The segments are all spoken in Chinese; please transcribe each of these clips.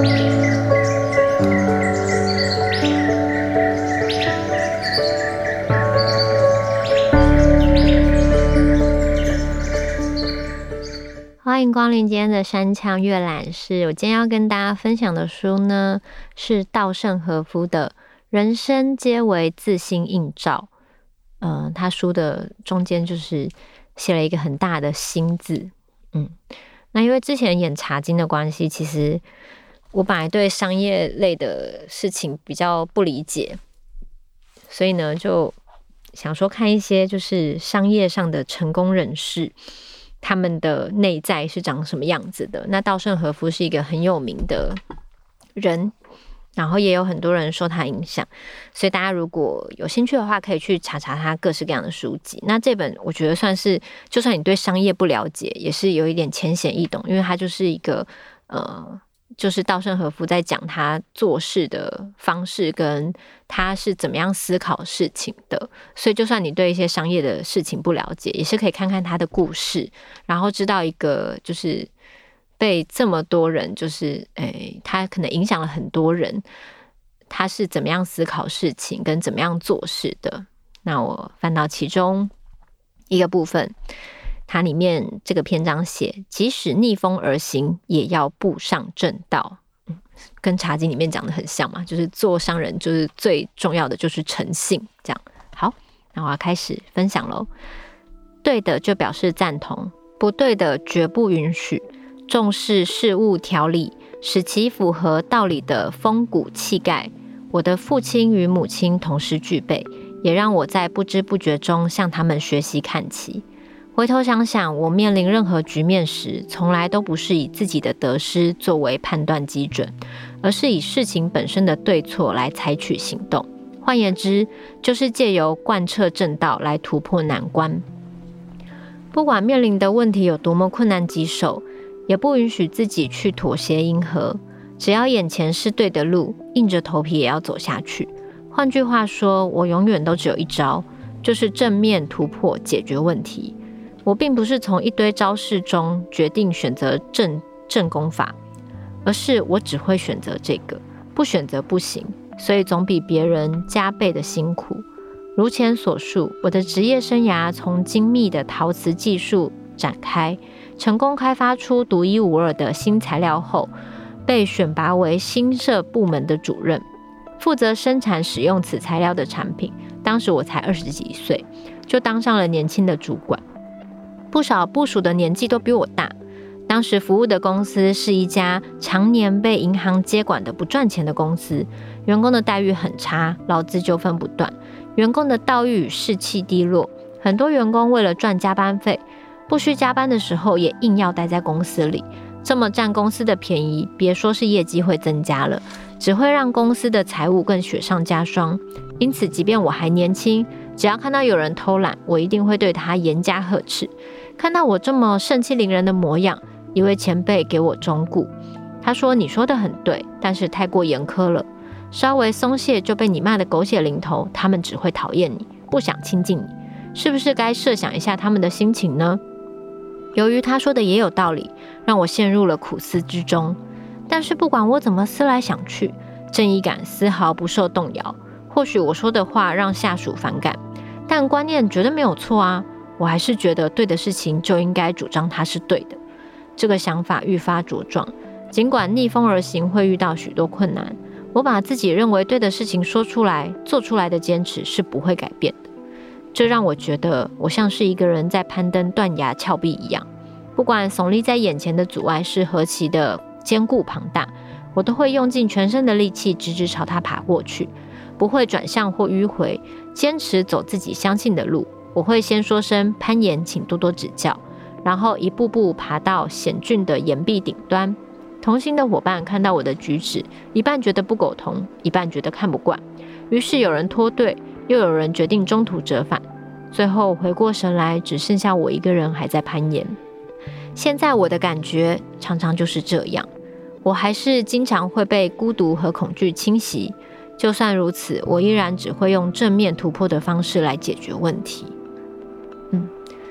欢迎光临今天的山羌阅览室。我今天要跟大家分享的书呢，是稻盛和夫的《人生皆为自心映照》。他书的中间就是写了一个很大的心字。那因为之前演茶经的关系，其实我本来对商业类的事情比较不理解，所以呢就想说看一些就是商业上的成功人士，他们的内在是长什么样子的。那稻盛和夫是一个很有名的人，然后也有很多人受他影响，所以大家如果有兴趣的话，可以去查查他各式各样的书籍。那这本我觉得算是，就算你对商业不了解，也是有一点浅显易懂，因为他就是一个就是稻盛和夫在讲他做事的方式跟他是怎么样思考事情的，所以就算你对一些商业的事情不了解，也是可以看看他的故事，然后知道一个就是被这么多人就是他可能影响了很多人，他是怎么样思考事情跟怎么样做事的。那我翻到其中一个部分，它里面这个篇章写，即使逆风而行，也要步上正道。跟茶经里面讲的很像嘛，就是做商人就是最重要的就是诚信。这样好，那我要开始分享咯。对的就表示赞同，不对的绝不允许。重视事物条理，使其符合道理的风骨气概，我的父亲与母亲同时具备，也让我在不知不觉中向他们学习看齐。回头想想，我面临任何局面时，从来都不是以自己的得失作为判断基准，而是以事情本身的对错来采取行动。换言之，就是借由贯彻正道来突破难关。不管面临的问题有多么困难棘手，也不允许自己去妥协迎合，只要眼前是对的路，硬着头皮也要走下去。换句话说，我永远都只有一招，就是正面突破解决问题。我并不是从一堆招式中决定选择正攻法，而是我只会选择这个，不选择不行，所以总比别人加倍的辛苦。如前所述，我的职业生涯从精密的陶瓷技术展开，成功开发出独一无二的新材料后，被选拔为新设部门的主任，负责生产使用此材料的产品。当时我才20几岁，就当上了年轻的主管。不少部属的年纪都比我大。当时服务的公司是一家常年被银行接管的不赚钱的公司，员工的待遇很差，劳资纠纷不断，员工的道义与士气低落。很多员工为了赚加班费，不需加班的时候也硬要待在公司里，这么占公司的便宜，别说是业绩会增加了，只会让公司的财务更雪上加霜。因此即便我还年轻，只要看到有人偷懒，我一定会对他严加呵斥。看到我这么盛气凌人的模样，一位前辈给我忠告，他说，你说的很对，但是太过严苛了，稍微松懈就被你骂得狗血淋头，他们只会讨厌你，不想亲近你，是不是该设想一下他们的心情呢？由于他说的也有道理，让我陷入了苦思之中。但是不管我怎么思来想去，正义感丝毫不受动摇。或许我说的话让下属反感，但观念绝对没有错啊，我还是觉得对的事情就应该主张它是对的。这个想法愈发茁壮，尽管逆风而行会遇到许多困难，我把自己认为对的事情说出来，做出来的坚持是不会改变的。这让我觉得我像是一个人在攀登断崖峭壁一样，不管耸立在眼前的阻碍是何其的坚固庞大，我都会用尽全身的力气直直朝它爬过去，不会转向或迂回，坚持走自己相信的路。我会先说声攀岩请多多指教，然后一步步爬到险峻的岩壁顶端。同行的伙伴看到我的举止，一半觉得不苟同，一半觉得看不惯，于是有人脱队，又有人决定中途折返。最后回过神来，只剩下我一个人还在攀岩。现在我的感觉常常就是这样，我还是经常会被孤独和恐惧侵袭，就算如此，我依然只会用正面突破的方式来解决问题。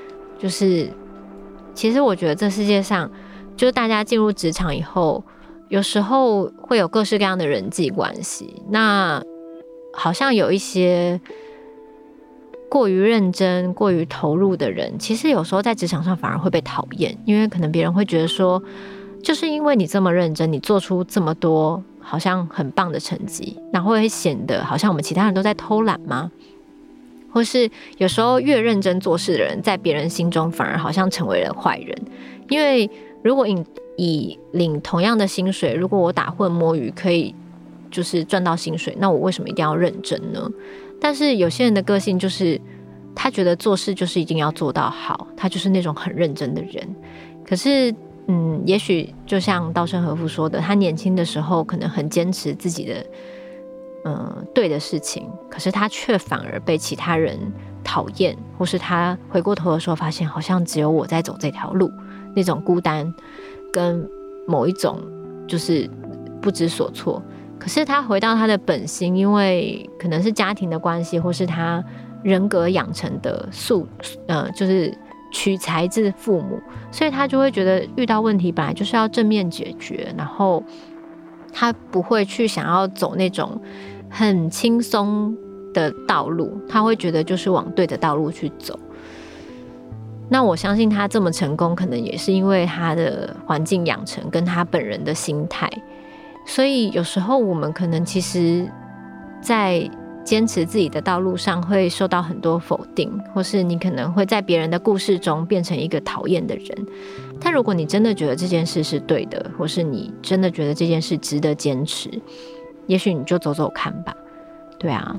就是其实我觉得这世界上，就是大家进入职场以后， 有时候会有各式各样的人际关系，那好像有一些过于认真、过于投入的人，其实有时候在职场上反而会被讨厌，因为可能别人会觉得说，就是因为你这么认真，你做出这么多好像很棒的成绩，然后会显得好像我们其他人都在偷懒吗？或是有时候越认真做事的人，在别人心中反而好像成为了坏人，因为如果以领同样的薪水，如果我打混摸鱼可以就是赚到薪水，那我为什么一定要认真呢？但是有些人的个性就是他觉得做事就是一定要做到好，他就是那种很认真的人。可是也许就像稻盛和夫说的，他年轻的时候可能很坚持自己的对的事情，可是他却反而被其他人讨厌，或是他回过头的时候发现好像只有我在走这条路，那种孤单跟某一种就是不知所措。可是他回到他的本心，因为可能是家庭的关系，或是他人格养成的就是取材自父母，所以他就会觉得遇到问题本来就是要正面解决，然后他不会去想要走那种很轻松的道路，他会觉得就是往对的道路去走。那我相信他这么成功，可能也是因为他的环境养成跟他本人的心态。所以有时候我们可能其实在坚持自己的道路上会受到很多否定，或是你可能会在别人的故事中变成一个讨厌的人。但如果你真的觉得这件事是对的，或是你真的觉得这件事值得坚持，也许你就走走看吧。对啊，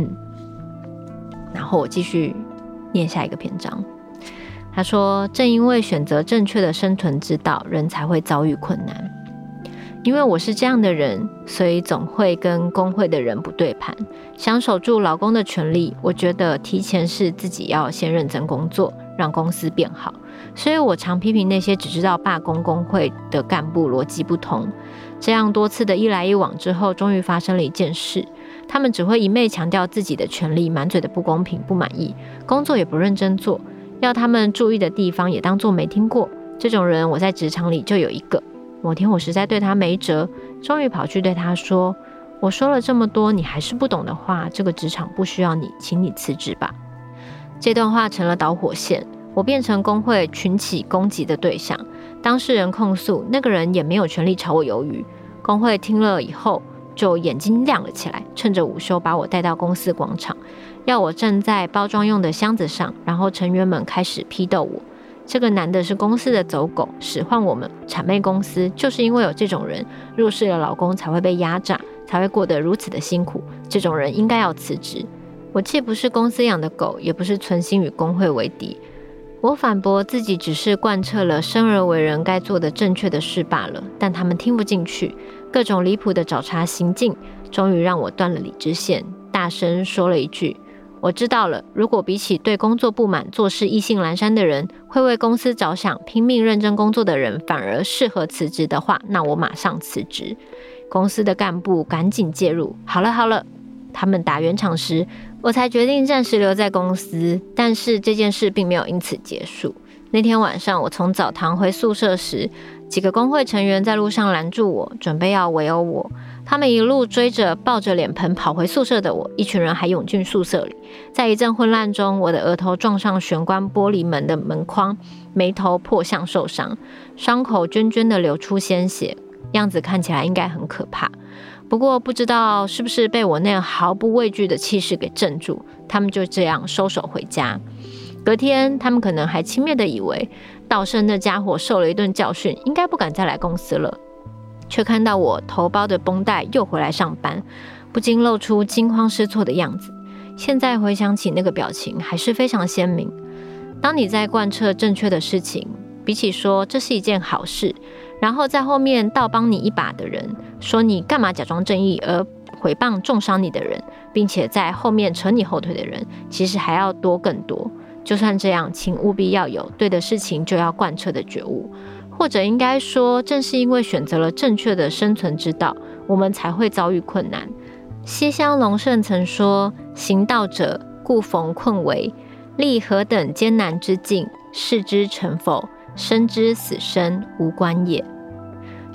然后我继续念下一个篇章。他说，正因为选择正确的生存之道，人才会遭遇困难。因为我是这样的人，所以总会跟工会的人不对盘，想守住劳工的权利。我觉得提前是自己要先认真工作，让公司变好。所以我常批评那些只知道罢工工会的干部逻辑不通。这样多次的一来一往之后，终于发生了一件事，他们只会一昧强调自己的权利，满嘴的不公平、不满意，工作也不认真做，要他们注意的地方也当作没听过。这种人我在职场里就有一个。某天我实在对他没辙，终于跑去对他说，我说了这么多你还是不懂的话，这个职场不需要你，请你辞职吧。这段话成了导火线，我变成工会群起攻击的对象。当事人控诉那个人也没有权利炒我鱿鱼，工会听了以后就眼睛亮了起来，趁着午休把我带到公司广场，要我站在包装用的箱子上，然后成员们开始批斗我。这个男的是公司的走狗，使唤我们谄媚公司，就是因为有这种人，弱势的劳工才会被压榨，才会过得如此的辛苦。这种人应该要辞职。我既不是公司养的狗，也不是存心与工会为敌。我反驳自己只是贯彻了生而为人该做的正确的事罢了，但他们听不进去，各种离谱的找茬行径，终于让我断了理智线，大声说了一句，我知道了，如果比起对工作不满、做事意兴阑珊的人，会为公司着想、拼命认真工作的人反而适合辞职的话，那我马上辞职。公司的干部赶紧介入，好了，他们打圆场时，我才决定暂时留在公司。但是这件事并没有因此结束。那天晚上，我从澡堂回宿舍时，几个工会成员在路上拦住我，准备要围殴我。他们一路追着抱着脸盆跑回宿舍的我，一群人还涌进宿舍里。在一阵混乱中，我的额头撞上玄关玻璃门的门框，眉头破相受伤，伤口涓涓地流出鲜血，样子看起来应该很可怕。不过不知道是不是被我那样毫不畏惧的气势给镇住，他们就这样收手回家。隔天，他们可能还轻蔑地以为道生那家伙受了一顿教训，应该不敢再来公司了。却看到我头包的绷带又回来上班，不禁露出惊慌失措的样子。现在回想起那个表情，还是非常鲜明。当你在贯彻正确的事情，比起说这是一件好事，然后在后面倒帮你一把的人，说你干嘛假装正义而毁谤重伤你的人，并且在后面扯你后腿的人，其实还要多更多。就算这样，请务必要有对的事情就要贯彻的觉悟。或者应该说，正是因为选择了正确的生存之道，我们才会遭遇困难。西乡隆盛曾说，行道者故逢困危，历何等艰难之境，事之成否，生之死生无关也。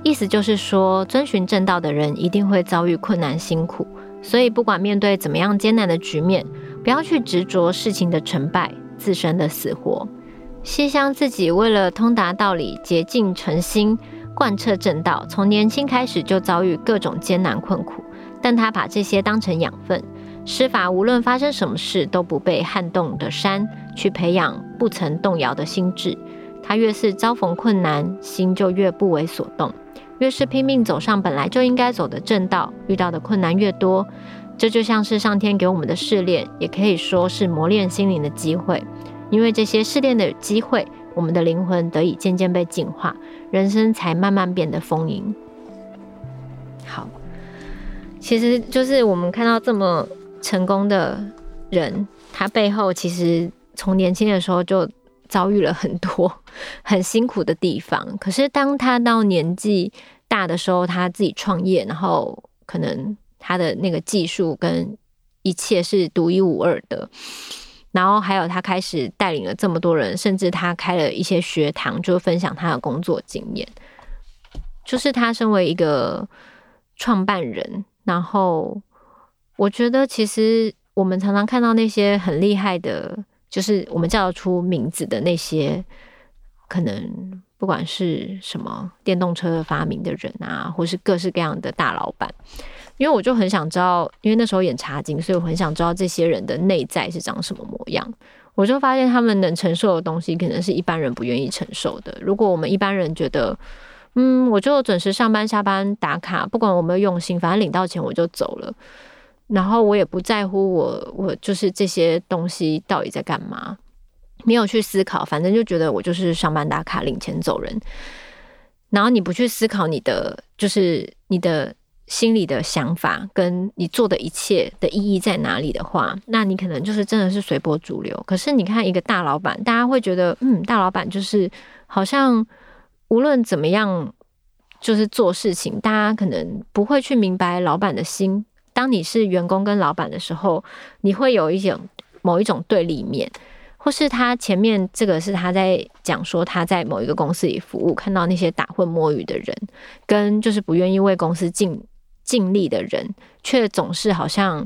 意思就是说，遵循正道的人一定会遭遇困难辛苦，所以不管面对怎么样艰难的局面，不要去执着事情的成败、自身的死活。西厢自己为了通达道理、洁净诚心、贯彻正道，从年轻开始就遭遇各种艰难困苦，但他把这些当成养分，施法无论发生什么事都不被撼动的山，去培养不曾动摇的心智。他越是遭逢困难，心就越不为所动，越是拼命走上本来就应该走的正道，遇到的困难越多。这就像是上天给我们的试炼，也可以说是磨练心灵的机会。因为这些试炼的机会，我们的灵魂得以渐渐被净化，人生才慢慢变得丰盈。好，其实就是我们看到这么成功的人，他背后其实从年轻的时候就遭遇了很多很辛苦的地方，可是当他到年纪大的时候，他自己创业，然后可能他的那个技术跟一切是独一无二的，然后还有他开始带领了这么多人，甚至他开了一些学堂，就分享他的工作经验。就是他身为一个创办人，然后我觉得其实我们常常看到那些很厉害的，就是我们叫得出名字的那些，可能不管是什么电动车的发明的人啊，或是各式各样的大老板。因为我就很想知道，因为那时候演茶经，所以我很想知道这些人的内在是长什么模样。我就发现他们能承受的东西，可能是一般人不愿意承受的。如果我们一般人觉得，我就准时上班下班打卡，不管我有没有用心，反正领到钱我就走了，然后我也不在乎我就是这些东西到底在干嘛，没有去思考，反正就觉得我就是上班打卡领钱走人。然后你不去思考你的就是你的心里的想法跟你做的一切的意义在哪里的话，那你可能就是真的是随波逐流。可是你看一个大老板，大家会觉得大老板就是好像无论怎么样就是做事情，大家可能不会去明白老板的心。当你是员工跟老板的时候，你会有某一种对立面，或是他前面这个是他在讲说他在某一个公司里服务，看到那些打混摸鱼的人，跟就是不愿意为公司尽力的人，却总是好像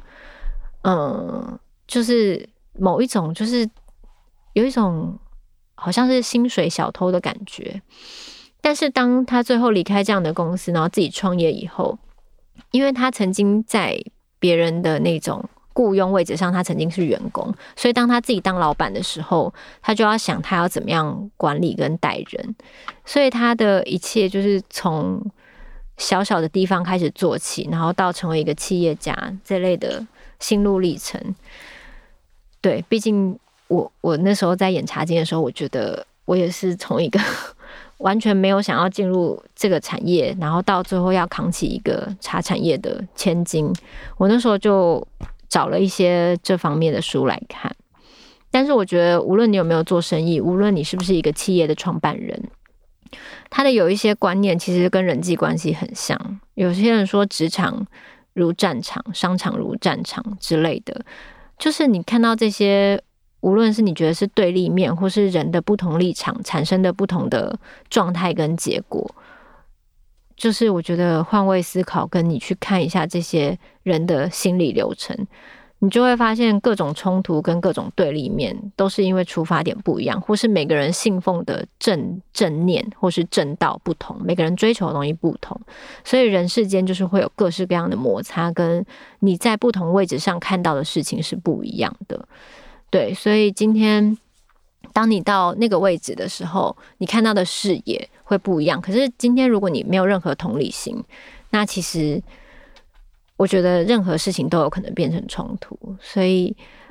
就是某一种就是有一种好像是薪水小偷的感觉。但是当他最后离开这样的公司，然后自己创业以后，因为他曾经在别人的那种雇佣位置上，他曾经是员工，所以当他自己当老板的时候，他就要想他要怎么样管理跟带人，所以他的一切就是从小小的地方开始做起，然后到成为一个企业家这类的心路历程。对，毕竟我那时候在演茶经的时候，我觉得我也是从一个完全没有想要进入这个产业，然后到最后要扛起一个茶产业的千金。我那时候就找了一些这方面的书来看。但是我觉得无论你有没有做生意，无论你是不是一个企业的创办人，他的有一些观念其实跟人际关系很像。有些人说职场如战场，商场如战场之类的，就是你看到这些无论是你觉得是对立面，或是人的不同立场产生的不同的状态跟结果，就是我觉得换位思考跟你去看一下这些人的心理流程，你就会发现各种冲突跟各种对立面都是因为出发点不一样，或是每个人信奉的正念或是正道不同，每个人追求的东西不同，所以人世间就是会有各式各样的摩擦，跟你在不同位置上看到的事情是不一样的。对，所以今天当你到那个位置的时候，你看到的视野会不一样。可是今天如果你没有任何同理心，那其实我觉得任何事情都有可能变成冲突。所以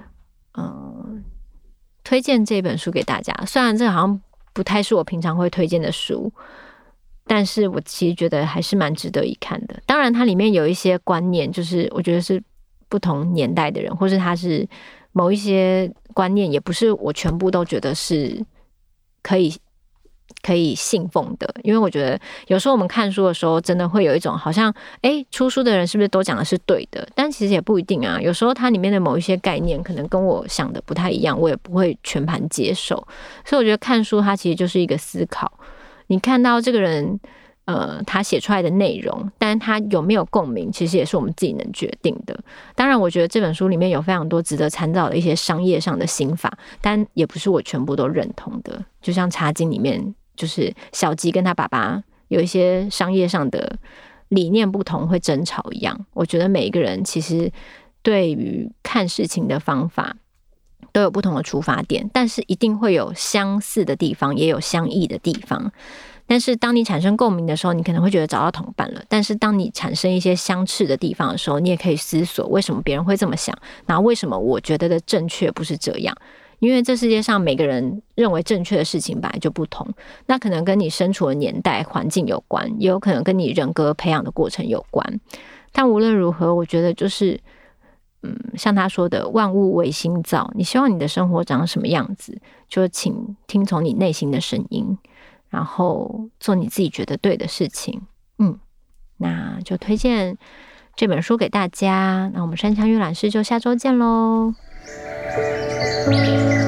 推荐这本书给大家，虽然这好像不太是我平常会推荐的书，但是我其实觉得还是蛮值得一看的。当然它里面有一些观念，就是我觉得是不同年代的人，或是他是某一些观念，也不是我全部都觉得是可以信奉的。因为我觉得有时候我们看书的时候，真的会有一种好像出书的人是不是都讲的是对的，但其实也不一定啊。有时候它里面的某一些概念可能跟我想的不太一样，我也不会全盘接受。所以我觉得看书它其实就是一个思考，你看到这个人他写出来的内容，但他有没有共鸣，其实也是我们自己能决定的。当然，我觉得这本书里面有非常多值得参照的一些商业上的心法，但也不是我全部都认同的。就像《茶经》里面，就是小吉跟他爸爸有一些商业上的理念不同会争吵一样。我觉得每一个人其实对于看事情的方法都有不同的出发点，但是一定会有相似的地方，也有相异的地方。但是当你产生共鸣的时候，你可能会觉得找到同伴了。但是当你产生一些相斥的地方的时候，你也可以思索为什么别人会这么想，然后为什么我觉得的正确不是这样。因为这世界上每个人认为正确的事情本来就不同，那可能跟你身处的年代环境有关，也有可能跟你人格培养的过程有关。但无论如何，我觉得就是像他说的万物唯心造，你希望你的生活长什么样子，就请听从你内心的声音，然后做你自己觉得对的事情。那就推荐这本书给大家。那我们山羌阅览室就下周见咯。